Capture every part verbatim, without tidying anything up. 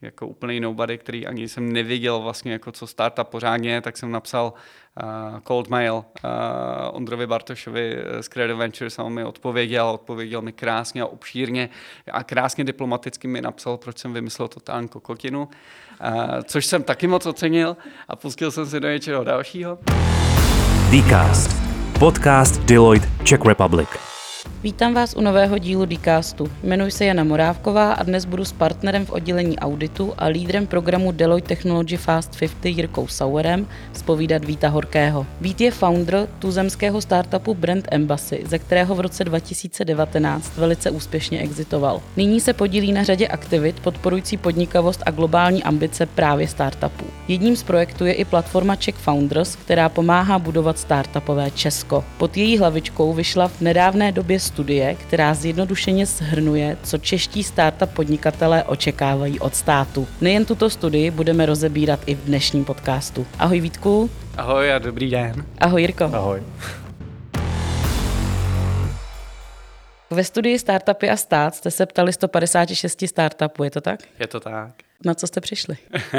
jako úplný nobody, který ani jsem nevěděl vlastně jako co startup pořádně, tak jsem napsal uh, cold mail uh, Ondrovi Bartošovi z Credo Ventures a on mi odpověděl, odpověděl mi krásně a obšírně a krásně diplomaticky mi napsal, proč jsem vymyslel totální kokotinu, uh, což jsem taky moc ocenil a pustil jsem se do něčeho dalšího. Dcast, podcast Deloitte Czech Republic. Vítám vás u nového dílu Dcastu. Jmenuji se Jana Morávková a dnes budu s partnerem v oddělení auditu a lídrem programu Deloitte Technology Fast padesát Jirkou Sauerem zpovídat Víta Horkého. Vít je founder tuzemského startupu Brand Embassy, ze kterého v roce dva tisíce devatenáct velice úspěšně exitoval. Nyní se podílí na řadě aktivit podporující podnikavost a globální ambice právě startupů. Jedním z projektů je i platforma Czech Founders, která pomáhá budovat startupové Česko. Pod její hlavičkou vyšla v nedávné době studie, která zjednodušeně shrnuje, co čeští startup podnikatelé očekávají od státu. Nejen tuto studii budeme rozebírat i v dnešním podcastu. Ahoj Vítku. Ahoj a dobrý den. Ahoj Jirko. Ahoj. Ve studii Startupy a stát jste se ptali sto padesát šest startupů, je to tak? Je to tak. Na co jste přišli?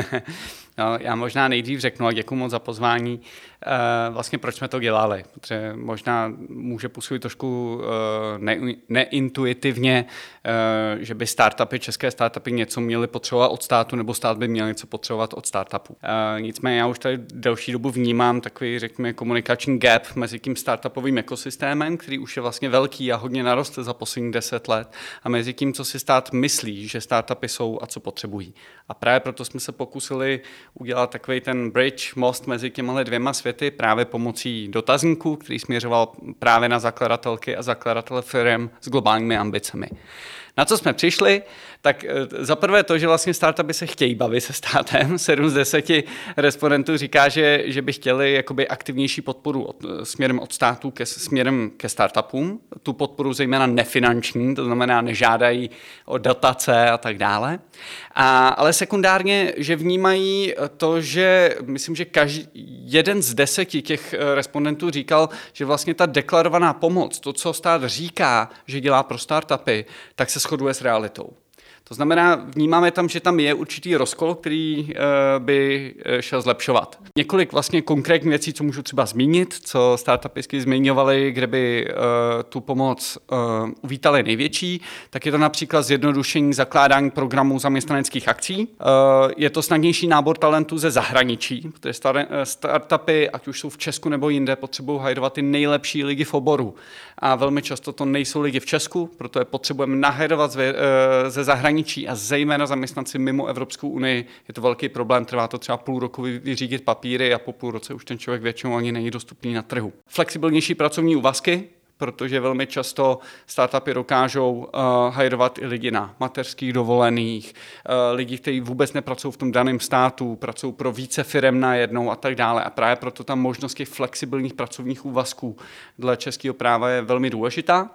No, já možná nejdřív řeknu, a děkuji moc za pozvání, uh, vlastně proč jsme to dělali, protože možná může působit trošku uh, ne, neintuitivně, uh, že by startupy, české startupy něco měly potřebovat od státu, nebo stát by měl něco potřebovat od startupů. Uh, nicméně já už tady delší dobu vnímám takový, řekněme, komunikační gap mezi tím startupovým ekosystémem, který už je vlastně velký a hodně narostl za posledních deset let, a mezi tím, co si stát myslí, že startupy jsou a co potřebují. A právě proto jsme se pokusili udělat takový ten bridge, most mezi těmihle dvěma světy právě pomocí dotazníku, který směřoval právě na zakladatelky a zakladatele firem s globálními ambicemi. Na co jsme přišli? Tak za prvé to, že vlastně startupy se chtějí bavit se státem. sedm z deseti respondentů říká, že, že by chtěli jakoby aktivnější podporu od, směrem od státu ke, směrem ke startupům. Tu podporu zejména nefinanční, to znamená nežádají o dotace a tak dále. A, ale sekundárně, že vnímají to, že myslím, že každý, jeden z deseti těch respondentů říkal, že vlastně ta deklarovaná pomoc, to, co stát říká, že dělá pro startupy, tak se shoduje s realitou. To znamená, vnímáme tam, že tam je určitý rozkol, který uh, by šel zlepšovat. Několik vlastně konkrétních věcí, co můžu třeba zmínit, co startupy zmiňovali, kde by uh, tu pomoc uh, uvítali největší, tak je to například zjednodušení zakládání programů zaměstnaneckých akcí. Uh, je to snadnější nábor talentů ze zahraničí, protože star- startupy, ať už jsou v Česku nebo jinde, potřebují hajrovat ty nejlepší lidi v oboru. A velmi často to nejsou lidi v Česku, proto je potřebujeme nahajrovat ze, uh, ze zahraničí a zejména zaměstnanci mimo Evropskou unii. Je to velký problém, trvá to třeba půl roku vyřídit papíry a po půl roce už ten člověk většinou ani není dostupný na trhu. Flexibilnější pracovní úvazky, protože velmi často startupy dokážou uh, hajrovat i lidi na mateřských dovolených, uh, lidi, kteří vůbec nepracují v tom daném státu, pracují pro více firem najednou a tak dále. A právě proto ta možnost těch flexibilních pracovních úvazků dle českého práva je velmi důležitá.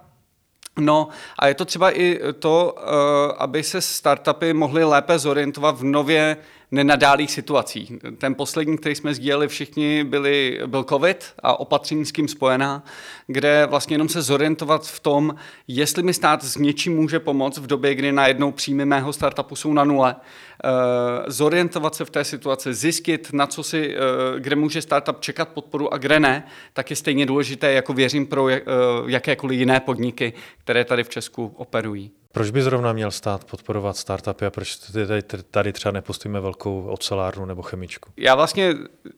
No a je to třeba i to, aby se startupy mohly lépe zorientovat v nově nenadálých situacích. Ten poslední, který jsme sdíleli všichni, byli, byl covid a opatření s tím spojená, kde vlastně jenom se zorientovat v tom, jestli mi stát s něčím může pomoct v době, kdy najednou příjmy mého startupu jsou na nule. Zorientovat se v té situaci, zjistit, na co si, kde může startup čekat podporu a kde ne, tak je stejně důležité, jako věřím, pro jakékoliv jiné podniky, které tady v Česku operují. Proč by zrovna měl stát podporovat startupy a proč tady, tady třeba nepustíme velkou ocelárnu nebo chemičku? Já vlastně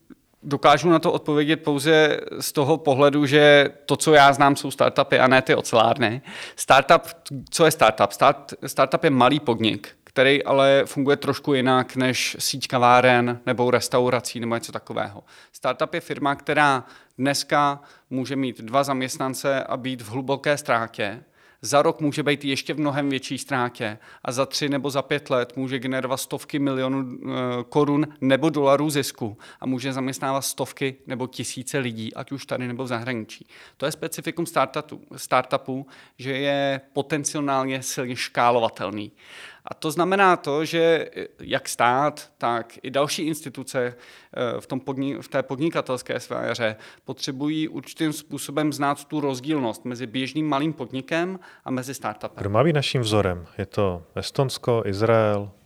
dokážu na to odpovědět pouze z toho pohledu, že to, co já znám, jsou startupy a ne ty ocelárny. Startup, co je startup? Start, startup je malý podnik, který ale funguje trošku jinak než síť kaváren nebo restaurací nebo něco takového. Startup je firma, která dneska může mít dva zaměstnance a být v hluboké ztrátě. Za rok může být ještě v mnohem větší ztrátě a za tři nebo za pět let může generovat stovky milionů korun nebo dolarů zisku a může zaměstnávat stovky nebo tisíce lidí, ať už tady nebo v zahraničí. To je specifikum startupu, že je potenciálně silně škálovatelný. A to znamená to, že jak stát, tak i další instituce v, tom podni- v té podnikatelské sféře potřebují určitým způsobem znát tu rozdílnost mezi běžným malým podnikem a mezi startupem. Kdo má být naším vzorem? Je to Estonsko, Izrael,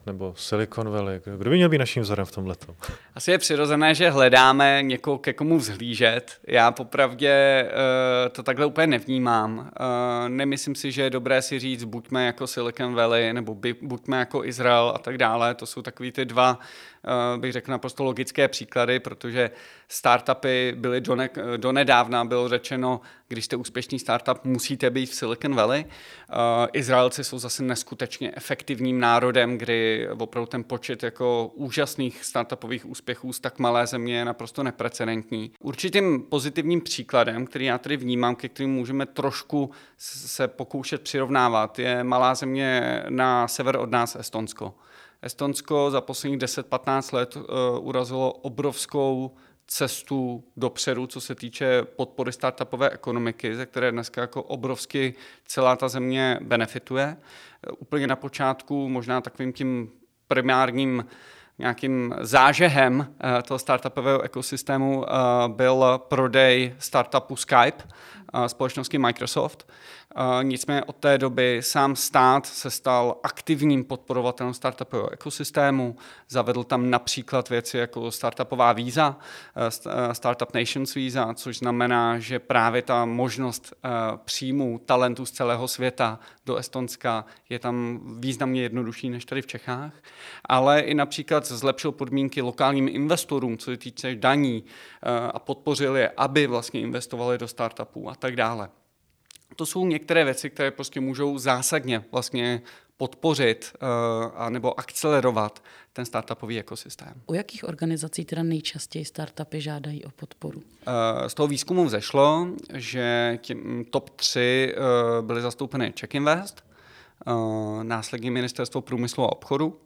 nebo Silicon Valley? Kdo by měl být naším vzorem v tomhletom? Asi je přirozené, že hledáme někoho, ke komu vzhlížet. Já popravdě uh, to takhle úplně nevnímám. Uh, nemyslím si, že je dobré si říct, buďme jako Silicon Valley, nebo by, buďme jako Izrael a tak dále. To jsou takový ty dva, uh, bych řekl, naprosto logické příklady, protože startupy byly done, donedávna, bylo řečeno, když jste úspěšný startup, musíte být v Silicon Valley. Uh, Izraelci jsou zase neskutečně efektivním národem, kdy opravdu ten počet jako úžasných startupových úspěchů z tak malé země je naprosto neprecedentní. Určitým pozitivním příkladem, který já tady vnímám, ke kterým můžeme trošku se pokoušet přirovnávat, je malá země na sever od nás, Estonsko. Estonsko za posledních deset patnáct let uh, urazilo obrovskou cestu dopředu, co se týče podpory startupové ekonomiky, ze které dneska jako obrovsky celá ta země benefituje. Úplně na počátku možná takovým tím primárním nějakým zážehem toho startupového ekosystému byl prodej startupu Skype společnosti Microsoft. Nicméně od té doby sám stát se stal aktivním podporovatelem startupového ekosystému, zavedl tam například věci jako startupová víza, Startup Nations víza, což znamená, že právě ta možnost příjmu talentů z celého světa do Estonska je tam významně jednodušší než tady v Čechách, ale i například zlepšil podmínky lokálním investorům, co se týče daní a podpořil je, aby vlastně investovali do startupů a tak dále. To jsou některé věci, které prostě můžou zásadně vlastně podpořit uh, a nebo akcelerovat ten startupový ekosystém. U jakých organizací teda nejčastěji startupy žádají o podporu? Uh, z toho výzkumu vzešlo, že tím top tři uh, byly zastoupeny Czech Invest, uh, následně Ministerstvo průmyslu a obchodu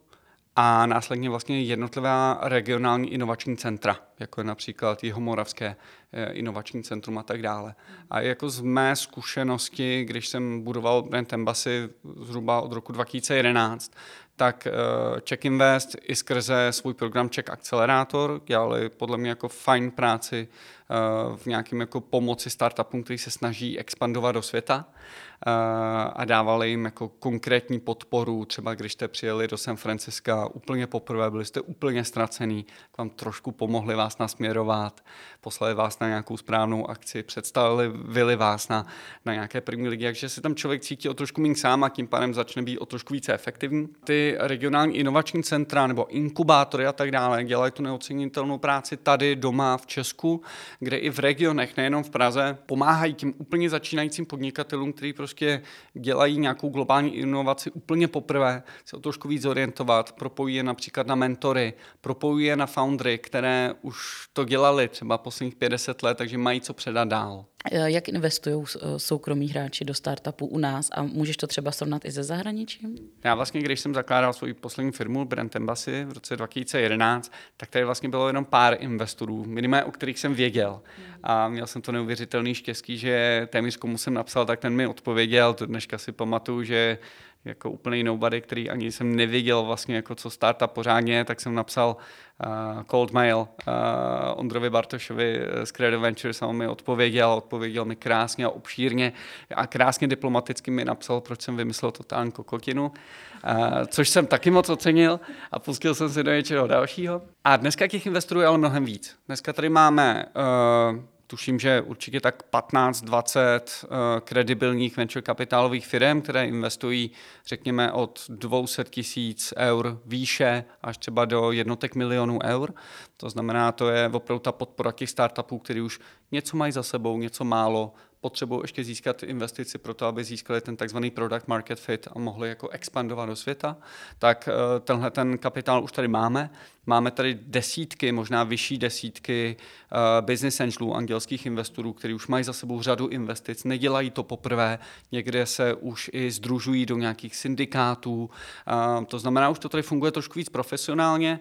a následně vlastně jednotlivá regionální inovační centra, jako je například Jihomoravské inovační centrum a tak dále. A jako z mé zkušenosti, když jsem budoval brand Embassy zhruba od roku dva tisíce jedenáct, tak Czech Invest i skrze svůj program Czech Accelerator dělali podle mě jako fajn práci v nějakém jako pomoci startupům, který se snaží expandovat do světa a dávali jim jako konkrétní podporu. Třeba když jste přijeli do San Francisca úplně poprvé, byli jste úplně ztracený, vám trošku pomohli vás nasměrovat, poslali vás na nějakou správnou akci, představili vás na, na nějaké první ligy, takže se tam člověk cítí o trošku méně sám a tím pádem začne být o trošku více efektivní. Ty regionální inovační centra nebo inkubátory a tak dále dělají tu neocenitelnou práci tady doma v Česku, kde i v regionech, nejenom v Praze, pomáhají těm úplně začínajícím podnikatelům, kteří prostě dělají nějakou globální inovaci úplně poprvé, se o trošku víc orientovat, propojí je například na mentory, propojí je na foundry, které už to dělali třeba posledních padesát let, takže mají co předat dál. Jak investují soukromí hráči do startupů u nás a můžeš to třeba srovnat i se zahraničím? Já vlastně, když jsem zakládal svou poslední firmu Brand Embassy v roce dva tisíce jedenáct, tak tady vlastně bylo jenom pár investorů, minimálně o kterých jsem věděl. A měl jsem to neuvěřitelný štěstí, že téměř komu jsem napsal, tak ten mi odpověděl. To dneška si pamatuju, že jako úplný nobody, který ani jsem nevěděl vlastně jako co startup pořádně, tak jsem napsal uh, cold mail uh, Ondrovi Bartošovi z Credo Ventures a on mi odpověděl, odpověděl mi krásně a obšírně a krásně diplomaticky mi napsal, proč jsem vymyslel totální kokotinu, uh, což jsem taky moc ocenil a pustil jsem se do něčeho dalšího. A dneska těch investorů je ale mnohem víc. Dneska tady máme uh, tuším, že určitě tak patnáct dvacet uh, kredibilních venture kapitálových firm, které investují, řekněme, od dvě stě tisíc eur výše až třeba do jednotek milionů eur. To znamená, to je opravdu ta podpora těch startupů, který už něco mají za sebou, něco málo, potřebují ještě získat investici pro to, aby získali ten takzvaný product market fit a mohli jako expandovat do světa. Tak uh, tenhle ten kapitál už tady máme. Máme tady desítky, možná vyšší desítky uh, business angelů, andělských investorů, kteří už mají za sebou řadu investic, nedělají to poprvé, někde se už i sdružují do nějakých syndikátů. Uh, to znamená, už to tady funguje trošku víc profesionálně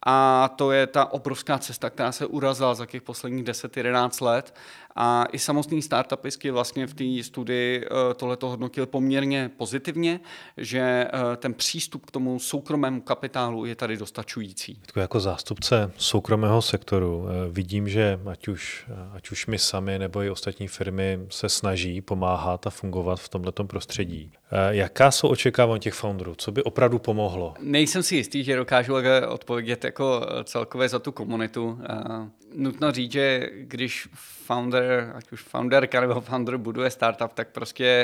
a to je ta obrovská cesta, která se urazila za těch posledních deset jedenáct let. A i samotný startupistky vlastně v té studii uh, tohleto hodnotili poměrně pozitivně, že uh, ten přístup k tomu soukromému kapitálu je tady dostačující. Jako zástupce soukromého sektoru vidím, že ať už, ať už my sami nebo i ostatní firmy se snaží pomáhat a fungovat v tomhletom prostředí. Jaká jsou očekávání těch founderů? Co by opravdu pomohlo? Nejsem si jistý, že dokážu odpovědět jako celkově za tu komunitu. Nutno říct, že když founder, ať už founderka nebo founder buduje startup, tak prostě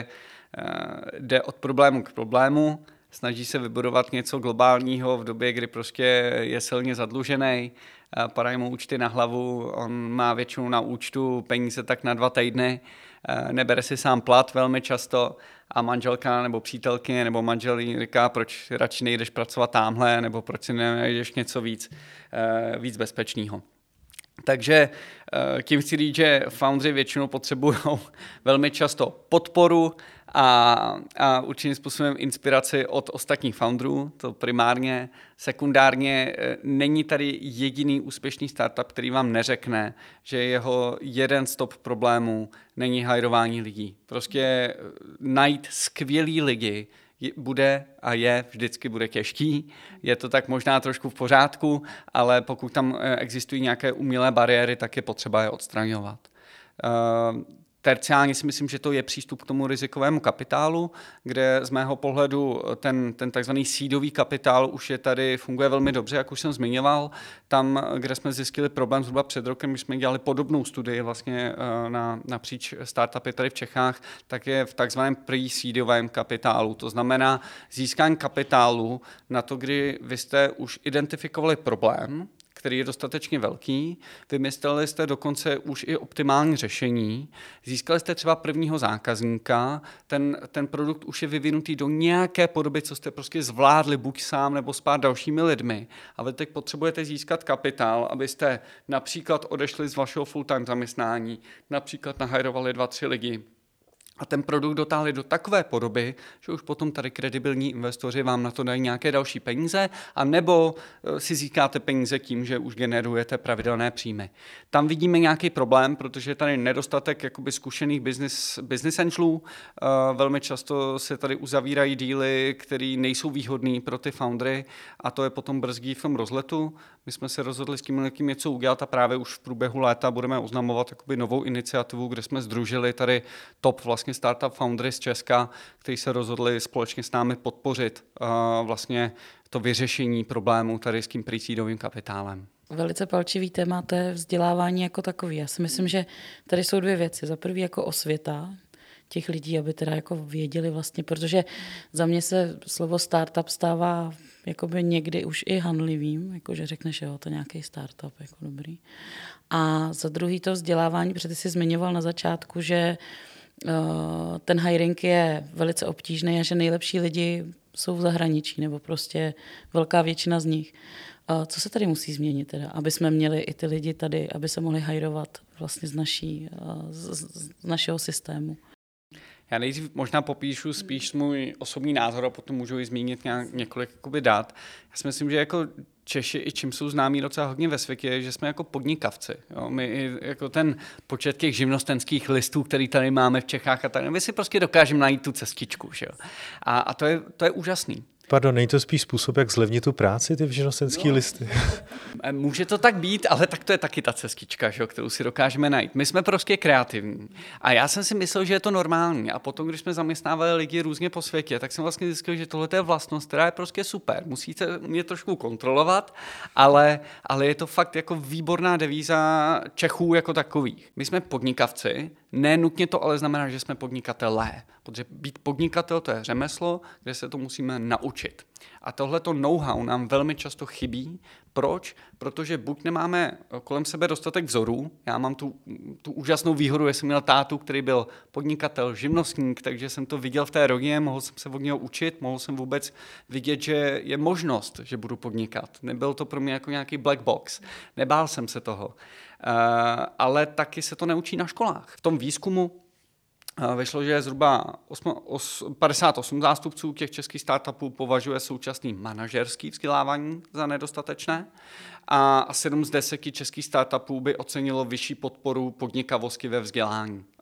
jde od problému k problému, snaží se vybudovat něco globálního v době, kdy prostě je silně zadlužený, padají mu účty na hlavu, on má většinou na účtu peníze tak na dva týdny, nebere si sám plat velmi často a manželka nebo přítelkyně nebo manžel říká, proč radši nejdeš pracovat tamhle nebo proč si nejdeš něco víc, víc bezpečného. Takže tím chci říct, že foundři většinou potřebují velmi často podporu a, a určitým způsobem inspiraci od ostatních foundrů, to primárně. Sekundárně není tady jediný úspěšný startup, který vám neřekne, že jeho jeden z top problémů není hajrování lidí. Prostě najít skvělý lidi bude a je, vždycky bude těžký. Je to tak možná trošku v pořádku, ale pokud tam existují nějaké umělé bariéry, tak je potřeba je odstraňovat. Terciálně si myslím, že to je přístup k tomu rizikovému kapitálu, kde z mého pohledu ten, ten takzvaný seedový kapitál už je tady, funguje velmi dobře, jak už jsem zmiňoval. Tam, kde jsme zjistili problém zhruba před rokem, když jsme dělali podobnou studii vlastně na, napříč startupy tady v Čechách, tak je v takzvaném pre-seedovém kapitálu. To znamená získání kapitálu na to, kdy vy jste už identifikovali problém, který je dostatečně velký, vymysleli jste dokonce už i optimální řešení, získali jste třeba prvního zákazníka, ten, ten produkt už je vyvinutý do nějaké podoby, co jste prostě zvládli buď sám nebo s pár dalšími lidmi. A vy teď potřebujete získat kapitál, abyste například odešli z vašeho full-time zaměstnání, například nahajrovali dva, tři lidi, a ten produkt dotáhli do takové podoby, že už potom tady kredibilní investoři vám na to dají nějaké další peníze, a nebo si získáte peníze tím, že už generujete pravidelné příjmy. Tam vidíme nějaký problém, protože je tady nedostatek jakoby zkušených business, business angelů. Velmi často se tady uzavírají díly, které nejsou výhodné pro ty foundry, a to je potom brzdí v tom rozletu. My jsme se rozhodli s tím někým něco udělat a právě už v průběhu léta budeme oznamovat jakoby novou iniciativu, kde jsme sdružili tady top vlastně startup foundry z Česka, kteří se rozhodli společně s námi podpořit uh, vlastně to vyřešení problému tady s tím pre-seedovým kapitálem. Velice palčivý téma, to je vzdělávání jako takový. Já si myslím, že tady jsou dvě věci. Za prvý jako osvěta těch lidí, aby teda jako věděli vlastně, protože za mě se slovo startup stává jakoby někdy už i hanlivým, jakože řekneš, jo, to je nějaký startup, jako dobrý. A za druhý to vzdělávání, protože ty jsi zmiňoval na začátku, že ten hiring je velice obtížný a že nejlepší lidi jsou v zahraničí, nebo prostě velká většina z nich. Co se tady musí změnit teda, aby jsme měli i ty lidi tady, aby se mohli hirovat vlastně z, naší, z, z našeho systému? Já nejdřív možná popíšu spíš můj osobní názor a potom můžu i zmínit nějak, několik jakoby dat. Já si myslím, že jako Češi, i čím jsou známí docela hodně ve světě, že jsme jako podnikavci. Jo? My jako ten počet těch živnostenských listů, který tady máme v Čechách a tady, my si prostě dokážeme najít tu cestičku. Že jo? A, a to je, to je úžasný. Pardon, není to spíš způsob, jak zlevnit tu práci, ty živnostenský no. listy? Může to tak být, ale tak to je taky ta cestička, že, kterou si dokážeme najít. My jsme prostě kreativní. A já jsem si myslel, že je to normální. A potom, když jsme zaměstnávali lidi různě po světě, tak jsem vlastně zjistil, že tohle je vlastnost, která je prostě super. Musíte mě trošku kontrolovat, ale, ale je to fakt jako výborná devíza Čechů jako takových. My jsme podnikavci, ne nutně to ale znamená, že jsme podnikatelé. Protože být podnikatel, to je řemeslo, kde se to musíme naučit. A tohleto know-how nám velmi často chybí. Proč? Protože buď nemáme kolem sebe dostatek vzorů, já mám tu, tu úžasnou výhodu, že jsem měl tátu, který byl podnikatel, živnostník, takže jsem to viděl v té rodině, mohl jsem se od něho učit, mohl jsem vůbec vidět, že je možnost, že budu podnikat. Nebyl to pro mě jako nějaký black box. Nebál jsem se toho. Uh, ale taky se to neučí na školách. V tom výzkumu vyšlo, že zhruba padesát osm zástupců těch českých startupů považuje současný manažerský vzdělávání za nedostatečné a sedm z deseti českých startupů by ocenilo vyšší podporu podnikavosti ve vzdělání.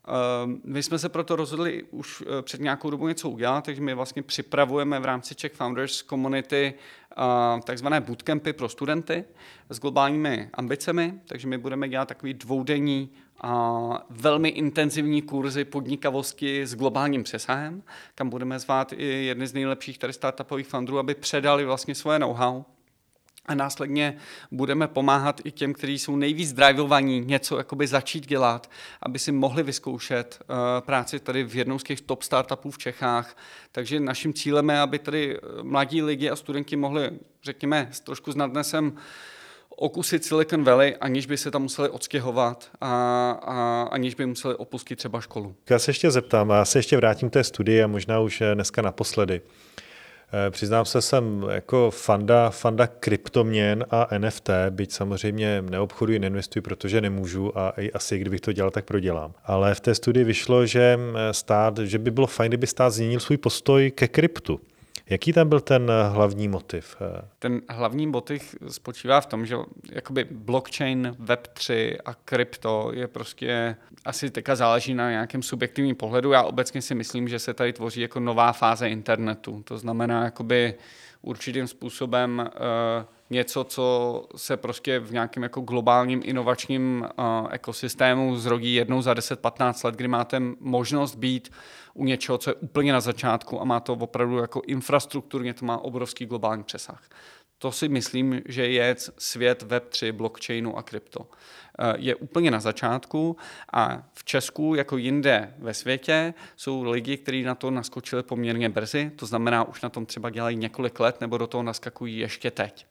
My jsme se proto rozhodli už před nějakou dobu něco udělat, takže my vlastně připravujeme v rámci Czech Founders Community takzvané bootcampy pro studenty s globálními ambicemi, takže my budeme dělat takový dvoudenní a velmi intenzivní kurzy podnikavosti s globálním přesahem, kam budeme zvát i jedny z nejlepších tady startupových founderů, aby předali vlastně svoje know-how. A následně budeme pomáhat i těm, kteří jsou nejvíc drivovaní něco jakoby začít dělat, aby si mohli vyzkoušet uh, práci tady v jednou z těch top startupů v Čechách. Takže naším cílem je, aby tady mladí lidi a studenti mohli, řekněme, trošku s nadnesem okusit Silicon Valley, aniž by se tam museli odstěhovat a, a aniž by museli opustit třeba školu. Já se ještě zeptám, a já se ještě vrátím k té studii a možná už dneska naposledy. Přiznám se, jsem jako fanda, fanda kryptoměn a N F T, byť samozřejmě neobchoduji, neinvestuji, protože nemůžu a asi kdybych to dělal, tak prodělám. Ale v té studii vyšlo, že stát, že by bylo fajn, kdyby stát změnil svůj postoj ke kryptu. Jaký tam byl ten hlavní motiv? Ten hlavní motiv spočívá v tom, že jakoby blockchain, web tři a krypto je prostě asi teďka záleží na nějakém subjektivním pohledu. Já obecně si myslím, že se tady tvoří jako nová fáze internetu. To znamená jakoby určitým způsobem uh, něco, co se prostě v nějakém jako globálním inovačním uh, ekosystému zrodí jednou za deset patnáct let, kdy máte možnost být u něčeho, co je úplně na začátku a má to opravdu jako infrastrukturně, to má obrovský globální přesah. To si myslím, že je svět web tři, blockchainu a krypto. Je úplně na začátku a v Česku, jako jinde ve světě, jsou lidi, kteří na to naskočili poměrně brzy, to znamená, už na tom třeba dělají několik let nebo do toho naskakují ještě teď.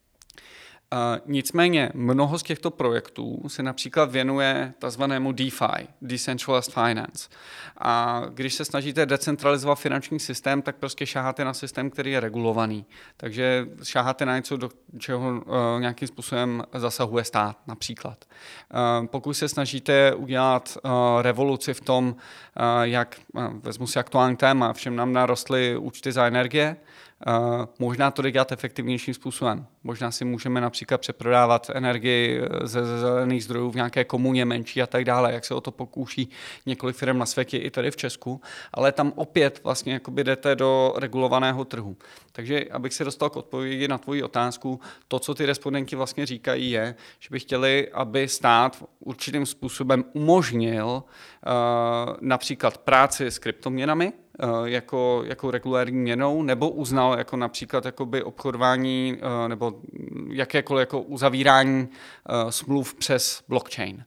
Uh, nicméně mnoho z těchto projektů se například věnuje takzvanému DeFi, Decentralized Finance. A když se snažíte decentralizovat finanční systém, tak prostě šáháte na systém, který je regulovaný. Takže šáháte na něco, do čeho uh, nějakým způsobem zasahuje stát například. Uh, pokud se snažíte udělat uh, revoluci v tom, uh, jak, uh, vezmu si aktuální téma, všem nám narostly účty za energie, Uh, možná to dělat efektivnějším způsobem. Možná si můžeme například přeprodávat energii ze, ze zelených zdrojů v nějaké komuně menší a tak dále, jak se o to pokouší několik firm na světě i tady v Česku, ale tam opět vlastně jakoby jdete do regulovaného trhu. Takže abych se dostal k odpovědi na tvoji otázku, to, co ty respondenti vlastně říkají, je, že by chtěli, aby stát určitým způsobem umožnil uh, například práci s kryptoměnami, jako, jako regulární měnou, nebo uznal jako například jakoby obchodování nebo jakékoliv jako uzavírání smluv přes blockchain.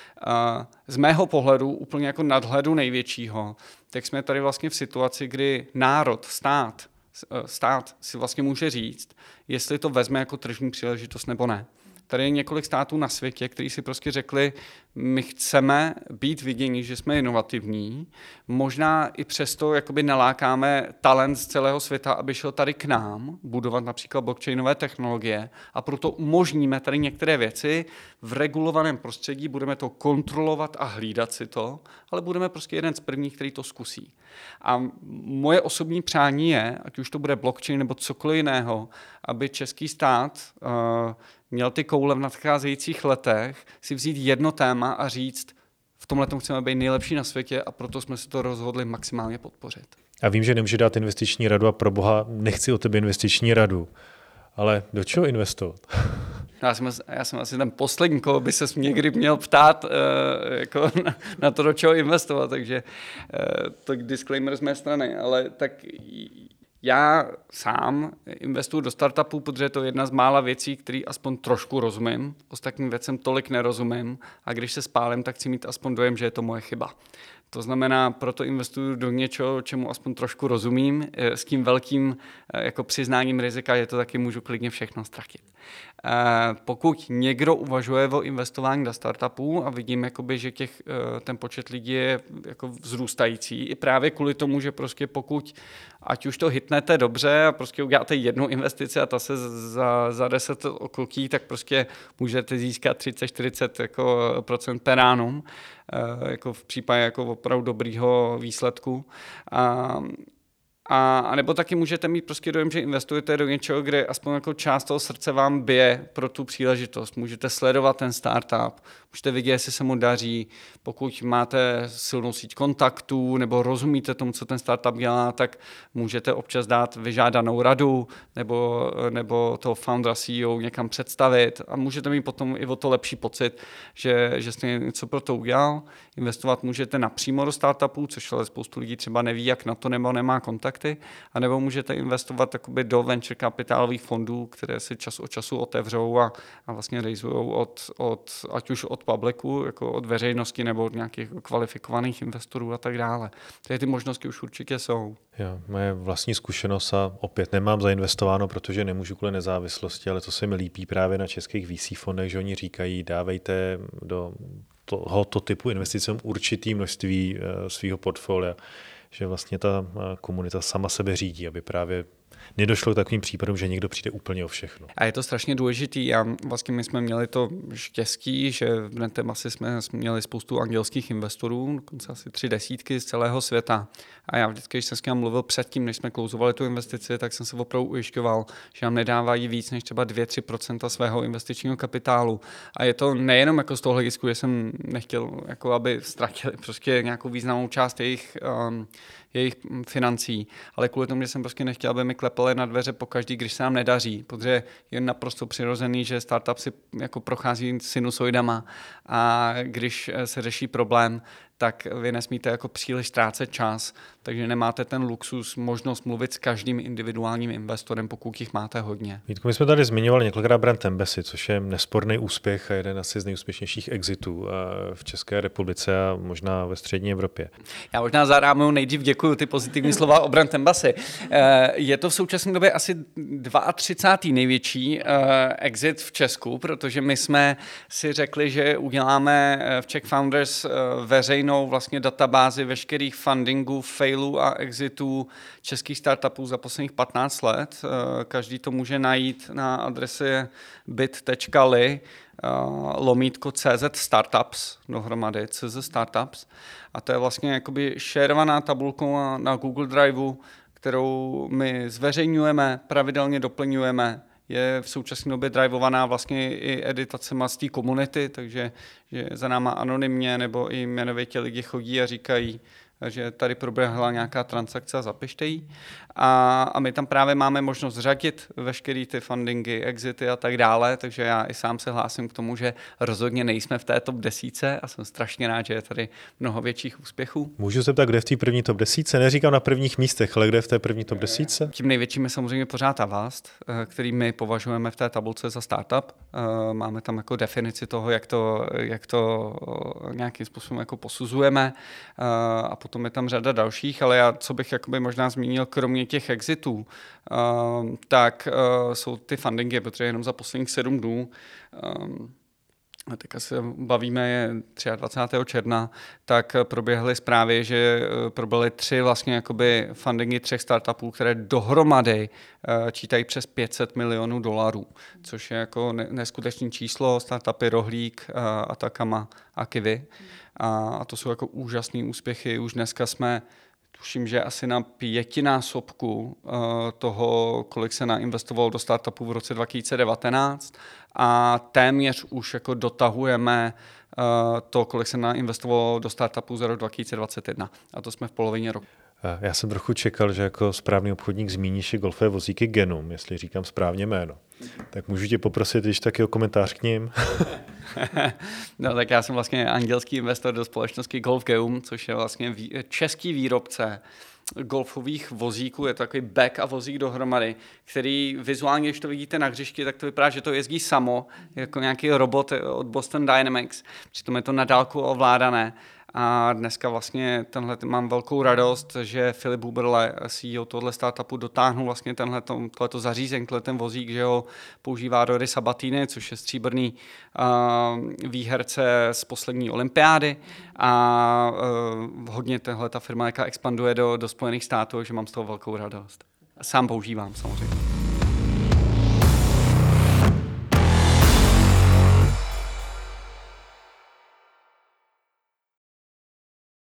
Z mého pohledu, úplně jako nadhledu největšího, tak jsme tady vlastně v situaci, kdy národ, stát, stát si vlastně může říct, jestli to vezme jako tržní příležitost nebo ne. Tady je několik států na světě, kteří si prostě řekli, my chceme být viděni, že jsme inovativní, možná i přesto jakoby nalákáme talent z celého světa, aby šel tady k nám budovat například blockchainové technologie a proto umožníme tady některé věci v regulovaném prostředí, budeme to kontrolovat a hlídat si to, ale budeme prostě jeden z prvních, který to zkusí. A moje osobní přání je, ať už to bude blockchain nebo cokoliv jiného, aby český stát uh, měl ty koule v nadcházejících letech si vzít jedno téma a říct, v tomhle tomu chceme být nejlepší na světě a proto jsme si to rozhodli maximálně podpořit. A vím, že nemůže dát investiční radu a pro boha nechci o tebe investiční radu, ale do čeho investovat? Já jsem, já jsem asi ten poslední, koho by se někdy měl ptát uh, jako na, na to, do čeho investovat, takže uh, to disclaimer z mé strany, ale tak já sám investuju do startupů, protože to je jedna z mála věcí, které aspoň trošku rozumím. Ostatním věcem tolik nerozumím a když se spálím, tak chci mít aspoň dojem, že je to moje chyba. To znamená, proto investuju do něčeho, čemu aspoň trošku rozumím, s tím velkým jako přiznáním rizika, že to taky můžu klidně všechno ztratit. Pokud někdo uvažuje o investování do startupů a vidím, jakoby, že těch, ten počet lidí je jako vzrůstající, i právě kvůli tomu, že prostě pokud, ať už to hitnete dobře a prostě uděláte jednu investici a ta se za, za deset okolkí, tak prostě můžete získat třicet čtyřicet jako procent per annum, jako v případě jako opravdu dobrýho výsledku. A A, a nebo taky můžete mít prostě dojem, že investujete do něčeho, kde aspoň jako část toho srdce vám bije pro tu příležitost. Můžete sledovat ten startup, můžete vidět, jestli se mu daří. Pokud máte silnou síť kontaktů nebo rozumíte tomu, co ten startup dělá, tak můžete občas dát vyžádanou radu nebo, nebo toho foundera C E O někam představit a můžete mít potom i o to lepší pocit, že, že jste něco pro to udělal. Investovat můžete napřímo do startupů, což ale spoustu lidí třeba neví, jak na to nebo nemá kontakty, anebo můžete investovat takoby do venture kapitálových fondů, které si čas od času otevřou a, a vlastně rejzujou od, od, ať už od publiku, jako od veřejnosti nebo od nějakých kvalifikovaných investorů a tak dále. Takže ty možnosti už určitě jsou. Jo, moje vlastní zkušenost a opět nemám zainvestováno, protože nemůžu kvůli nezávislosti, ale to se mi líbí právě na českých V C fondech, že oni říkají, dávejte do tohoto typu investicím určitý množství svého portfolia, že vlastně ta komunita sama sebe řídí, aby právě nedošlo k takovým případům, že někdo přijde úplně o všechno. A je to strašně důležitý a vlastně my jsme měli to štěstí, že v Brantem asi jsme měli spoustu angelských investorů, dokonce asi tři desítky z celého světa. A já vždycky, když jsem s ním mluvil předtím, než jsme klouzovali tu investici, tak jsem se opravdu ujišťoval, že nám nedávají víc než třeba dvě až tři procenta svého investičního kapitálu. A je to nejenom jako z toho hledisku, že jsem nechtěl, jako aby ztratili prostě nějakou významnou část jejich, um, jejich financí, ale kvůli tomu, že jsem prostě nechtěl, aby mi klepali na dveře pokaždý, když se nám nedaří, protože je naprosto přirozený, že startup si jako prochází sinusoidama a když se řeší problém, tak vy nesmíte jako příliš ztrácet čas, takže nemáte ten luxus, možnost mluvit s každým individuálním investorem, pokud jich máte hodně. Vítku, my jsme tady zmiňovali několikrát Brand Embassy, což je nesporný úspěch a jeden asi z nejúspěšnějších exitů v České republice a možná ve střední Evropě. Já možná zarámuju, nejdřív děkuju ty pozitivní slova o Brand Embassy. Je to v současné době asi třicátý druhý největší exit v Česku, protože my jsme si řekli, že uděláme v Czech Founders veřejnou vlastně databázi veškerých fundingů, failů a exitů českých startupů za posledních patnáct let. Každý to může najít na adrese bit.ly lomítko C Z Startups dohromady, C Z Startups. A to je vlastně jakoby šerovaná tabulka na Google Driveu, kterou my zveřejňujeme, pravidelně doplňujeme. Je v současné době drivovaná vlastně i editacema z té komunity, takže že za náma anonymně nebo i jmenovitě lidi chodí a říkají, že tady proběhla nějaká transakce a zapište ji. A, a my tam právě máme možnost řadit veškeré ty fundingy, exity a tak dále, takže já i sám se hlásím k tomu, že rozhodně nejsme v té top desítce a jsem strašně rád, že je tady mnoho větších úspěchů. Můžu se ptát, kde je v té první top desítce? Neříkám na prvních místech, ale kde je v té první top desítce? Tím největším je samozřejmě pořád Avast, který my považujeme v té tabulce za startup. Máme tam jako definici toho, jak to, jak to nějakým způsobem jako posuzujeme a potom je tam řada dalších, ale já, co bych jakoby možná zmínil, kromě těch exitů, uh, tak uh, jsou ty fundingy, protože jenom za posledních sedm dnů, um, a teďka se bavíme, je dvacátého třetího června, tak proběhly zprávy, že proběhly tři vlastně jakoby fundingy třech startupů, které dohromady uh, čítají přes pět set milionů dolarů, což je jako neskutečné číslo, startupy Rohlík, uh, Atakama a Kiwi. A, a to jsou jako úžasné úspěchy. Už dneska jsme, tuším, že asi na pětinásobku uh, toho, kolik se nainvestovalo do startupů v roce dva tisíce devatenáct a téměř už jako dotahujeme uh, to, kolik se nainvestovalo do startupů za rok dva tisíce dvacet jedna. A to jsme v polovině roku. Já jsem trochu čekal, že jako správný obchodník zmíníš i golfové vozíky Genum, jestli říkám správně jméno. Tak můžu tě poprosit, když taky o komentář k ním. No tak já jsem vlastně andělský investor do společnosti Golf Genum, což je vlastně český výrobce golfových vozíků, je to takový back a vozík dohromady, který vizuálně, když to vidíte na hřišti, tak to vypadá, že to jezdí samo, jako nějaký robot od Boston Dynamics, přitom je to na dálku ovládané. A dneska vlastně tenhle mám velkou radost, že Filip Huberle, C E O tohle startupu, dotáhnul vlastně tenhle tohleto zařízení, ten vozík, že ho používá Rory Sabatini, což je stříbrný uh, výherce z poslední olympiády a uh, hodně tahle ta firma jaká expanduje do, do Spojených států, že mám z toho velkou radost. Sám používám samozřejmě.